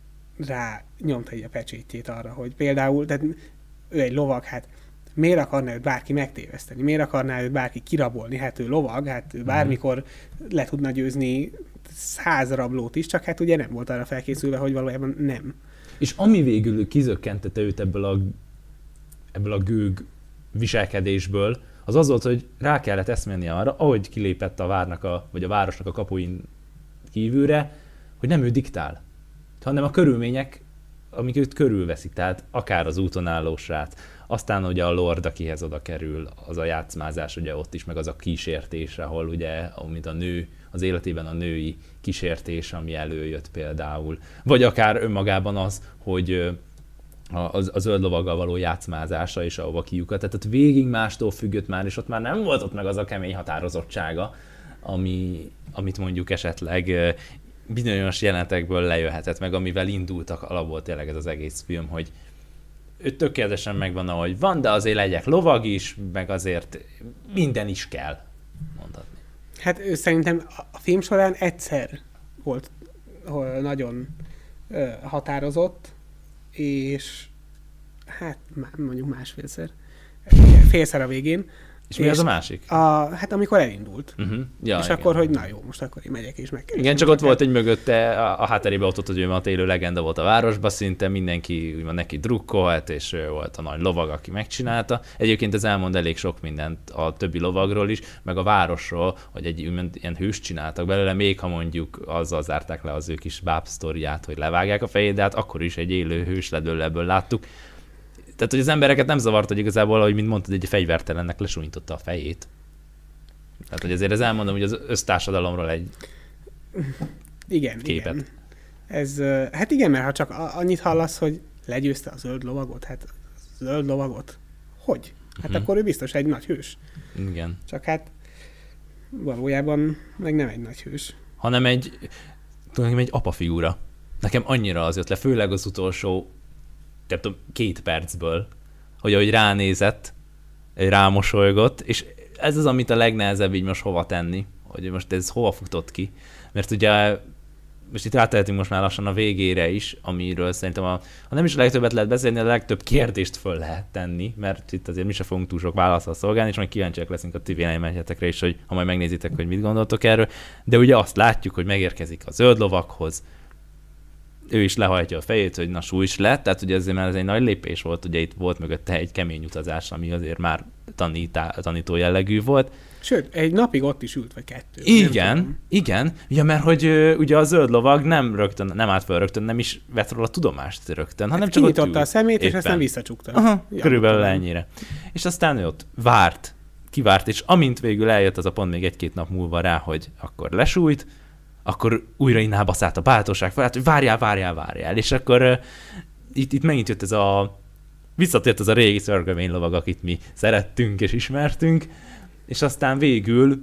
rá nyomta így a pecsétjét arra, hogy például, tehát ő egy lovag, hát miért akarná őt bárki megtéveszteni? Miért akarná őt bárki kirabolni? Hát ő lovag, hát ő bármikor le tudna győzni száz rablót is, csak hát ugye nem volt arra felkészülve, hogy valójában nem. És ami végül kizökkentette őt ebből a, ebből a gőg viselkedésből, az az volt, hogy rá kellett eszmélni arra, ahogy kilépett a várnak a, vagy a városnak a kapuin kívülre, hogy nem ő diktál. hanem a körülmények, amik őt körülveszik, tehát akár az úton álló srác, aztán ugye a lord, akihez oda kerül, az a játszmázás, ugye ott is, meg az a kísértés, ahol ugye, amit a nő, az életében a női kísértés, ami előjött például. Vagy akár önmagában az, hogy a, a zöld lovaggal való játszmázása és ahova kiukat. Tehát ott végig mástól függött már, és ott már nem volt ott meg az a kemény határozottsága, ami, amit mondjuk esetleg bizonyos jelenetekből lejöhetett meg, amivel indultak alapból tényleg ez az egész film, hogy ő tökéletesen megvan, ahogy van, de azért legyek lovag is, meg azért minden is kell, mondhatni. Hát ő szerintem a film során egyszer volt nagyon határozott, és hát mondjuk másfélszer, félszer a végén. És, és mi az a másik? A, hát amikor elindult. Uh-huh. Ja, és igen. akkor, hogy na jó, most akkor én megyek és megkeresem. Igen, csak ott volt egy mögötte, a, a hátterében ott, ott hogy ő élő legenda volt a városban, szinte mindenki úgymond neki drukkolt, és ő volt a nagy lovag, aki megcsinálta. Egyébként ez elmond elég sok mindent a többi lovagról is, meg a városról, hogy egy úgymond ilyen hőst csináltak belőle, még ha mondjuk azzal zárták le az ő kis bábsztoriát, hogy levágják a fejét, de hát akkor is egy élő hős lett belőle, ebből láttuk. Tehát, hogy az embereket nem zavart, hogy igazából, ahogy mint mondtad, egy fegyvertelennek lesújtotta a fejét. Tehát, hogy azért ez elmondom, hogy az össztársadalomról egy igen, képet. Igen. Ez, hát igen, mert ha csak annyit hallasz, hogy legyőzte a zöld lovagot, hát a zöld lovagot, hogy? Hát uh-huh. akkor ő biztos egy nagy hős. Igen. Csak hát valójában meg nem egy nagy hős. Hanem egy, tulajdonképpen egy apafigura. Nekem annyira az jött le, főleg az utolsó nem tudom, két percből, hogy ahogy ránézett, rámosolygott, és ez az, amit a legnehezebb így most hova tenni, hogy most ez hova futott ki. Mert ugye most itt rátehetünk most már lassan a végére is, amiről szerintem a, ha nem is a legtöbbet lehet beszélni, a legtöbb kérdést föl lehet tenni, mert itt azért mi sem fogunk túl sok válaszsal szolgálni, és majd kíváncsiak leszünk a ti véleményetekre is, hogy ha majd megnézitek, hogy mit gondoltok erről. De ugye azt látjuk, hogy megérkezik a zöld lovakhoz, ő is lehajtja a fejét, hogy na súlyos lett, tehát ugye ezért már ez egy nagy lépés volt, ugye itt volt mögötte egy kemény utazás, ami azért már tanítá, tanító jellegű volt. Sőt, egy napig ott is ült, vagy kettő. Igen, igen, ja, mert hogy ugye a zöld lovag nem rögtön, nem állt fel rögtön, nem is vett róla tudomást rögtön, hanem hát csak ott ült. a szemét, éppen. És aztán visszacsukta. Aha, ja, körülbelül ennyire. És aztán ő ott várt, kivárt, és amint végül eljött az a pont még egy-két nap múlva rá, hogy akkor lesújt, akkor újra innába szállt a bátorság fel, hát, hogy várjál, várjál, várjál. És akkor uh, itt, itt megint jött ez a, visszatért az a régi szörgemény lovag, akit mi szerettünk és ismertünk, és aztán végül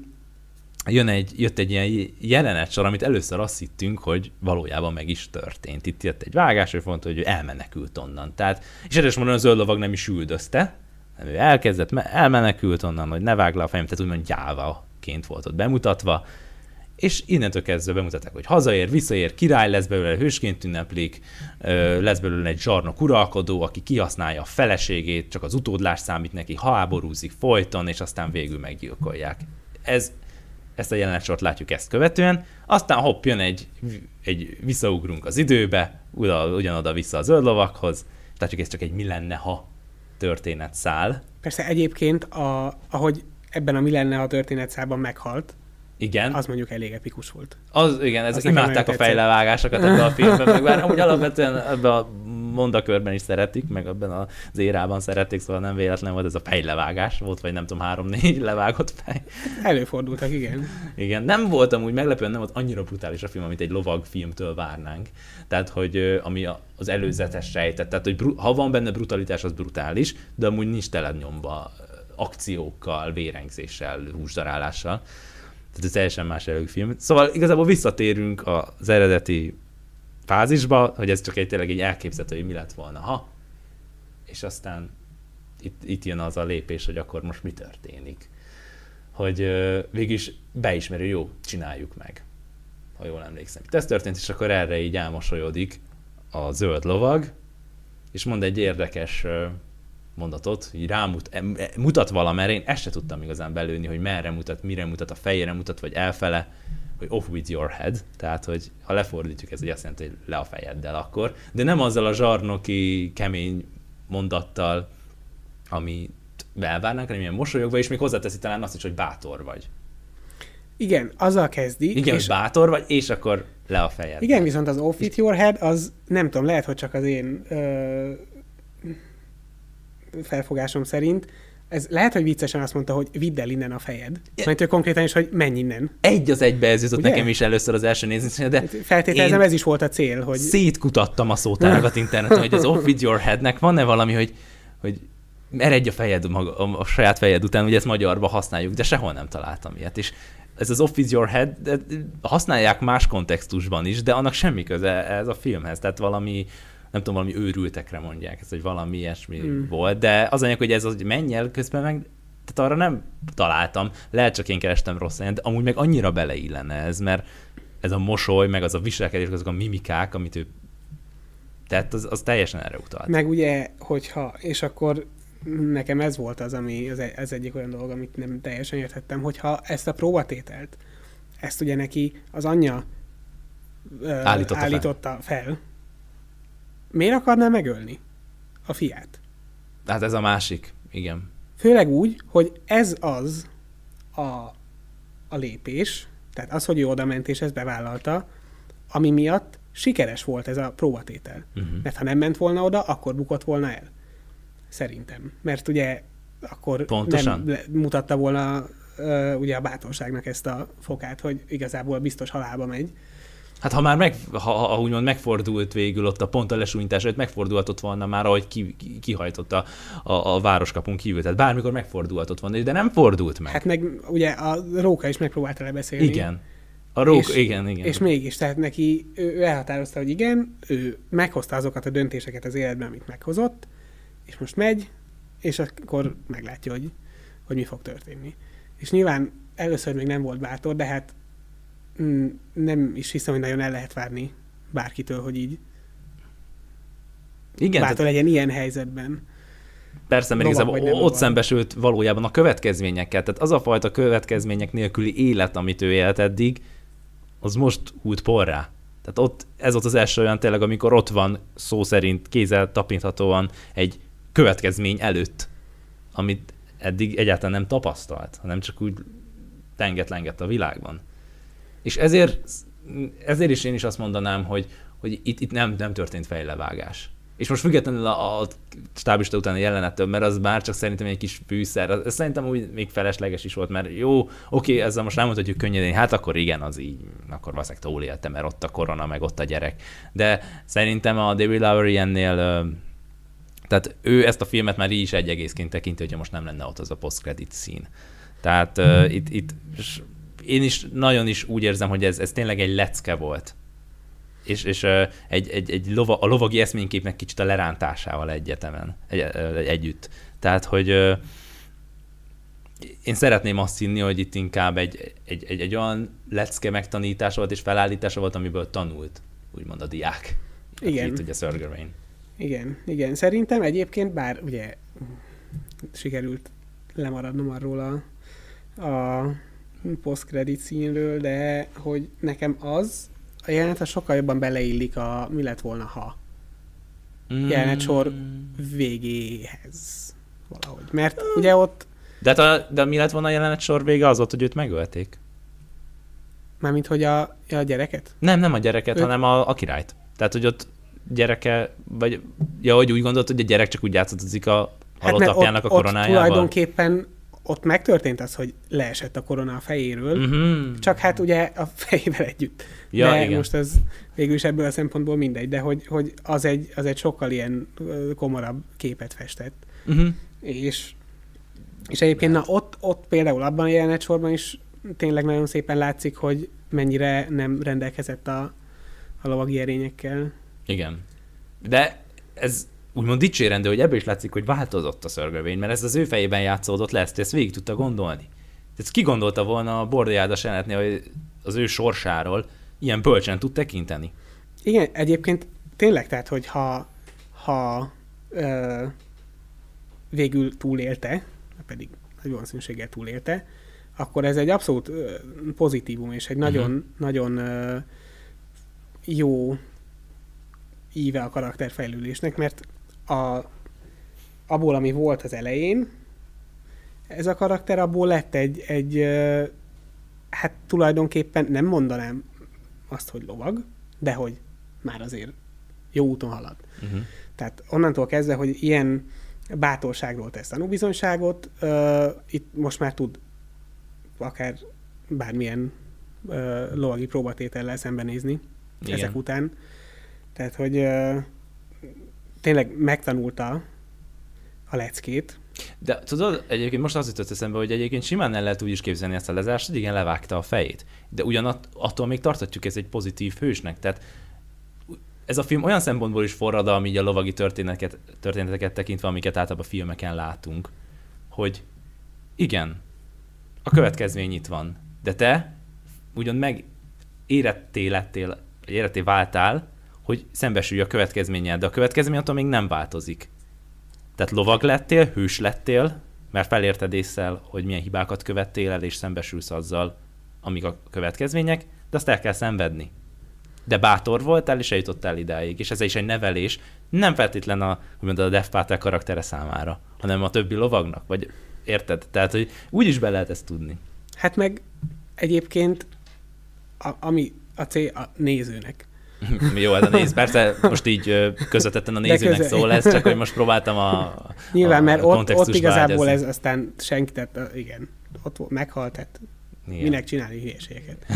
jön egy, jött egy ilyen jelenetsor, amit először azt hittünk, hogy valójában meg is történt. Itt jött egy vágás, hogy mondta, hogy ő elmenekült onnan. Tehát, és erős mondom, a zöld lovag nem is üldözte, hanem ő elkezdett, elmenekült onnan, hogy ne vágd le a fejem, tehát úgymond gyávaként volt ott bemutatva, és innentől kezdve bemutatták, hogy hazaér, visszaér, király lesz belőle, hősként ünneplik, lesz belőle egy zsarnok uralkodó, aki kihasználja a feleségét, csak az utódlás számít neki, háborúzik folyton, és aztán végül meggyilkolják. Ez, ezt a jelenetsort látjuk ezt követően, aztán hopp, jön egy, egy visszaugrunk az időbe, ugyanoda vissza a zöld lovakhoz, látjuk, ez csak egy mi lenne, ha történetszál. Persze egyébként, a, ahogy ebben a mi lenne, ha történetszálban meghalt, igen. Az mondjuk elég epikus volt. Az, igen, ezek imádták a fejlevágásokat ebben a filmben, meg bár amúgy alapvetően ebben a mondakörben is szeretik, meg ebben az érában szeretik, szóval nem véletlen volt ez a fejlevágás, volt vagy nem tudom, három-négy levágott fej. Előfordultak, igen. Igen, nem volt amúgy meglepően, nem volt annyira brutális a film, amit egy lovag filmtől várnánk. Tehát, hogy ami az előzetes sejtett, tehát, hogy ha van benne brutalitás, az brutális, de amúgy nincs tele nyomva akciókkal, vérengzéssel, húsdarálással. Tehát ez teljesen más jellegű film. Szóval igazából visszatérünk az eredeti fázisba, hogy ez csak egy tényleg egy elképzelhető, hogy mi lett volna, ha. És aztán itt, itt jön az a lépés, hogy akkor most mi történik. Hogy uh, végülis beismerő, jó, csináljuk meg. Ha jól emlékszem. Itt ez történt, és akkor erre így elmosolyodik a zöld lovag, és mond egy érdekes uh, mondatot, így rámut, mutat valamerre, én ezt se tudtam igazán belőni, hogy merre mutat, mire mutat, a fejére mutat, vagy elfele, hogy off with your head, tehát, hogy ha lefordítjuk, ez azt jelenti, hogy le a fejeddel akkor, de nem azzal a zsarnoki, kemény mondattal, amit elvárnánk, hanem ilyen mosolyogva, és még hozzáteszi talán azt is, hogy bátor vagy. Igen, azzal kezdi. Igen, és bátor vagy, és akkor le a fejed. Igen, viszont az Off With Your Head, az nem tudom, lehet, hogy csak az én ö, felfogásom szerint, ez lehet, hogy viccesen azt mondta, hogy vidd el innen a fejed. Mert ő konkrétan is, hogy menj innen. Egy az egybe ez jutott nekem is először az első nézni, de feltételezem, ez is volt a cél, hogy... Szétkutattam a szótárakat interneten, hogy az Off With Your Headnek van-e valami, hogy, hogy eredj a fejed maga, a, a saját fejed után, ugye ezt magyarba használjuk, de sehol nem találtam ilyet. És ez az Off With Your Head, de használják más kontextusban is, de annak semmi köze ez a filmhez. Tehát valami, nem tudom, valami őrültekre mondják, ez, hogy valami ilyesmi mm. volt, de az anyag, hogy ez az, hogy menj el, közben meg, tehát arra nem találtam, lehet csak én kerestem rossz helyen, de amúgy meg annyira beleillene ez, mert ez a mosoly, meg az a viselkedés, azok a mimikák, amit ő, tehát az, az teljesen erre utalt. Meg ugye, hogyha, és akkor nekem ez volt az, ami az, ez egyik olyan dolog, amit nem teljesen értettem, hogyha ezt a próbatételt, ezt ugye neki az anyja ö, állította, állította fel. fel, miért akarná megölni a fiát? Hát ez a másik, igen. Főleg úgy, hogy ez az a, a lépés, tehát az, hogy ő oda ment és ezt bevállalta, ami miatt sikeres volt ez a próbatétel. Uh-huh. Mert ha nem ment volna oda, akkor bukott volna el. Szerintem. Mert ugye akkor pontosan nem mutatta volna uh, ugye a bátorságnak ezt a fokát, hogy igazából biztos halálba megy. Hát ha már meg, ha, ha úgymond megfordult végül ott a pont a lesújtás előtt, megfordulhatott volna már, ahogy ki, ki, kihajtott a, a, a városkapun kívül. Tehát bármikor megfordulhatott volna, de nem fordult meg. Hát meg ugye a Róka is megpróbálta lebeszélni. Igen. A Róka, és, igen, igen. És mégis, tehát neki, ő, ő elhatározta, hogy igen, ő meghozta azokat a döntéseket az életben, amit meghozott, és most megy, és akkor meglátja, hogy, hogy mi fog történni. És nyilván először még nem volt bátor, de hát mm, nem is hiszem, hogy nagyon el lehet várni bárkitől, hogy így igen, bátor tehát... legyen ilyen helyzetben. Persze, mert igazából ott szembesült valójában a következményekkel. Tehát az a fajta következmények nélküli élet, amit ő élt eddig, az most húlt porrá. Tehát ott, ez volt az első olyan tényleg, amikor ott van szó szerint kézzel tapinthatóan egy következmény előtt, amit eddig egyáltalán nem tapasztalt, hanem csak úgy tenget-lengett a világban. És ezért, ezért is én is azt mondanám, hogy, hogy itt, itt nem, nem történt fejlevágás. És most függetlenül a, a stábista utáni jelenettől, mert az már csak szerintem egy kis fűszer, ez szerintem úgy még felesleges is volt, mert jó, oké, ezzel most nem mondhatjuk könnyedén, hát akkor igen, az így, akkor valószínűleg túlélte, mert ott a korona, meg ott a gyerek. De szerintem a David Lowery ennél, tehát ő ezt a filmet már így is egy egészként tekinti, hogyha most nem lenne ott az a post-credit szín. Tehát uh, itt, itt én is nagyon is úgy érzem, hogy ez, ez tényleg egy lecke volt. És, és uh, egy, egy, egy lova, a lovagi eszményképnek kicsit a lerántásával egyetemen, egy, uh, együtt. Tehát, hogy uh, én szeretném azt hinni, hogy itt inkább egy, egy, egy, egy olyan lecke megtanítása volt és felállítása volt, amiből tanult, úgymond a diák. Igen. Itt ugye Sir Gawain. Igen, igen. Szerintem egyébként, bár ugye sikerült lemaradnom arról a, a post-credit színről, de hogy nekem az a jelenet sokkal jobban beleillik a mi lett volna, ha mm. jelenetsor végéhez valahogy. Mert mm. ugye ott... De, hát a, de mi lett volna a jelenetsor vége? Az ott, hogy őt megölték? Mármint, hogy a, a gyereket? Nem, nem a gyereket, Ő... hanem a, a királyt. Tehát, hogy ott gyereke, vagy ja, hogy úgy gondolt, hogy a gyerek csak úgy játszadozik a halott hát, apjának ott, a koronájával. Ott tulajdonképpen ott megtörtént az, hogy leesett a korona a fejéről, uh-huh. csak hát ugye a fejével együtt. Ja, de igen. most ez végül is ebből a szempontból mindegy, de hogy, hogy az, egy, az egy sokkal ilyen komorabb képet festett. Uh-huh. És, és egyébként na, ott, ott például abban a jelenetsorban is tényleg nagyon szépen látszik, hogy mennyire nem rendelkezett a, a lovagi erényekkel. Igen. De ez úgymond dicsérendő, hogy ebből is látszik, hogy változott a Sir Gawain, mert ez az ő fejében játszódott le, ezt, ezt végig tudta gondolni. Ezt ki gondolta volna a Bordiádas jelenetnél, hogy az ő sorsáról ilyen bölcsen tud tekinteni? Igen, egyébként tényleg, tehát, hogy ha, ha ö, végül túlélte, pedig nagy valószínűséggel túlélte, akkor ez egy abszolút ö, pozitívum, és egy nagyon, uh-huh. nagyon ö, jó íve a karakterfejlődésnek, mert a, abból, ami volt az elején, ez a karakter, abból lett egy, egy hát tulajdonképpen nem mondanám azt, hogy lovag, de hogy már azért jó úton halad. Uh-huh. Tehát onnantól kezdve, hogy ilyen bátorságról tesz tanúbizonyságot, uh, itt most már tud akár bármilyen uh, lovagi próbatétellel szembenézni igen. ezek után. Tehát, hogy uh, tényleg megtanulta a leckét. De tudod, egyébként most az jutott eszembe, hogy egyébként simán el lehet úgy is képzelni ezt a lezárást, hogy igen, levágta a fejét. De ugyanattól még tarthatjuk ez egy pozitív hősnek. Tehát ez a film olyan szempontból is forradalmi, így a lovagi történeteket, történeteket tekintve, amiket általában filmeken látunk, hogy igen, a következmény itt van, de te ugyan meg éretté lettél, éretté váltál, hogy szembesülj a következménnyel, de a következmény attól még nem változik. Tehát lovag lettél, hős lettél, mert felérted ésszel, hogy milyen hibákat követtél el, és szembesülsz azzal, amik a következmények, de azt el kell szenvedni. De bátor voltál, és eljutottál idáig, és ez is egy nevelés, nem feltétlen a, hogy a Dev Patel karaktere számára, hanem a többi lovagnak, vagy érted? Tehát, hogy úgy is be lehet ezt tudni. Hát meg egyébként, a, ami a cél a nézőnek. Jó, hát a néz, persze most így közvetetten a nézőnek köze... szól ez, csak hogy most próbáltam a nyilván, a mert ott, ott igazából ágyazni. Ez aztán senki, tehát igen, ott meghalt, tehát igen. Minek csinálni hülyeségeket.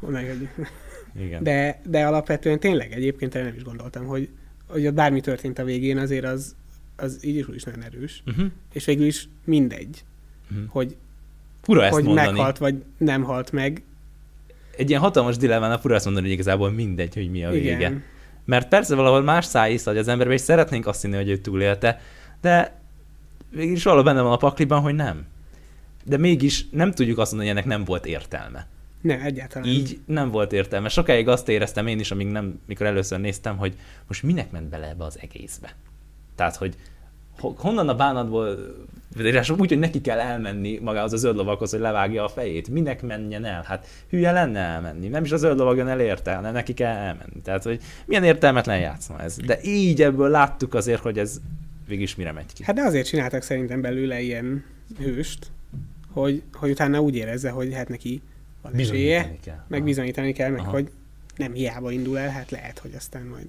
Igen. De, de alapvetően tényleg egyébként nem is gondoltam, hogy, hogy ott bármi történt a végén, azért az, az így is úgy is nagyon erős. Uh-huh. És végül is mindegy, uh-huh. hogy, fura ezt hogy mondani. meghalt, vagy nem halt meg. Egy ilyen hatalmas dilemmán a fura azt mondani, hogy igazából mindegy, hogy mi a vége. Igen. Mert persze valahol más szájísz, hogy az emberbe is szeretnénk azt hinni, hogy ő túlélte, de végülis valahol benne van a pakliban, hogy nem. De mégis nem tudjuk azt mondani, hogy ennek nem volt értelme. Nem, egyáltalán. Így nem volt értelme. Sokáig azt éreztem én is, amíg nem, mikor először néztem, hogy most minek ment bele ebbe az egészbe. Tehát, hogy honnan a bánatból, és úgy, hogy neki kell elmenni magához a zöld lovaghoz, hogy levágja a fejét. Minek menjen el? Hát hülye lenne elmenni. Nem is a zöld lovag jön elérte, hanem neki kell elmenni. Tehát, hogy milyen értelmetlen játszma ez. De így ebből láttuk azért, hogy ez végig mire megy ki. Hát de azért csináltak szerintem belőle ilyen hőst, hogy, hogy utána úgy érezze, hogy hát neki van esélye, kell. meg bizonyítani kell, meg Aha. hogy nem hiába indul el, hát lehet, hogy aztán majd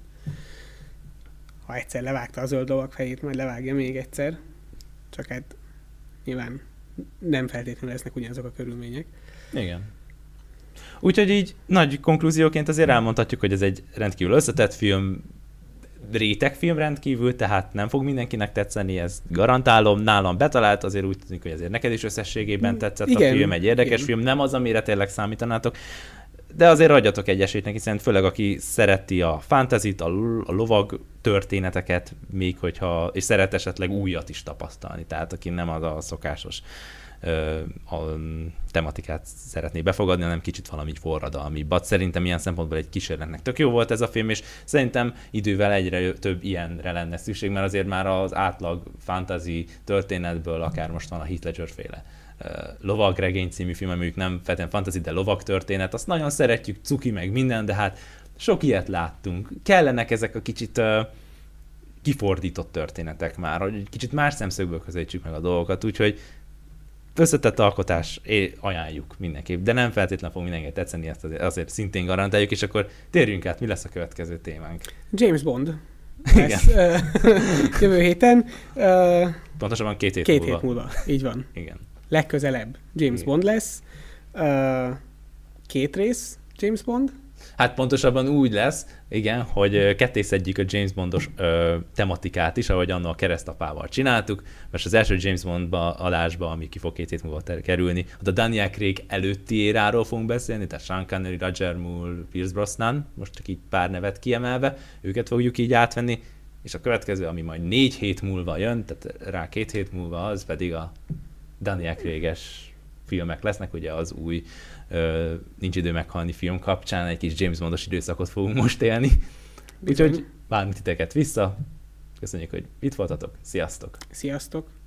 ha egyszer levágta a zöld lovag fejét, majd levágja még egyszer. Csak hát nyilván nem feltétlenül lesznek ugyanazok a körülmények. Igen. Úgyhogy így nagy konklúzióként azért elmondhatjuk, hogy ez egy rendkívül összetett film, rétegfilm rendkívül, tehát nem fog mindenkinek tetszeni, ezt garantálom. Nálam betalált, azért úgy tűnik, hogy azért neked is összességében tetszett igen, a film, egy érdekes igen. film, nem az, amire tényleg számítanátok. De azért adjatok egy esélyt neki, hiszen főleg aki szereti a fantasyt, a, a lovag történeteket, még hogyha, és szeret esetleg újat is tapasztalni, tehát aki nem az a szokásos ö, a tematikát szeretné befogadni, hanem kicsit valami forradalmibbat. Szerintem ilyen szempontból egy kísérletnek tök jó volt ez a film, és szerintem idővel egyre több ilyenre lenne szükség, mert azért már az átlag fantasy történetből akár most van a Heath Ledger féle Lovagregény című film, amelyik nem feltétlenül fantasy, de lovag történet, azt nagyon szeretjük, cuki meg minden, de hát sok ilyet láttunk. Kellenek ezek a kicsit uh, kifordított történetek már, hogy kicsit más szemszögből közelítsük meg a dolgokat, úgyhogy összetett alkotás, é, ajánljuk mindenképp, de nem feltétlenül fog mindenkinek tetszeni, ezt azért, azért szintén garantáljuk, és akkor térjünk át, mi lesz a következő témánk. James Bond. Lesz, uh, jövő héten. Uh, Pontosabban két hét két múlva. hét múlva, így van. Igen. Legközelebb James Igen. Bond lesz. Uh, két rész James Bond. Hát pontosabban úgy lesz, igen, hogy kettészedjük a James Bondos ö, tematikát is, ahogy annak a keresztapával csináltuk, mert az első James Bondba adásba, ami ki fog két hét múlva ter- kerülni, ott a Daniel Craig előtti éráról fogunk beszélni, tehát Sean Connery, Roger Moore, Pierce Brosnan, most csak így pár nevet kiemelve, őket fogjuk így átvenni, és a következő, ami majd négy hét múlva jön, tehát rá két hét múlva, az pedig a Daniel Craig-es filmek lesznek, ugye az új uh, Nincs idő meghalni film kapcsán egy kis James Bondos időszakot fogunk most élni. Úgyhogy várunk titeket vissza. Köszönjük, hogy itt voltatok. Sziasztok! Sziasztok!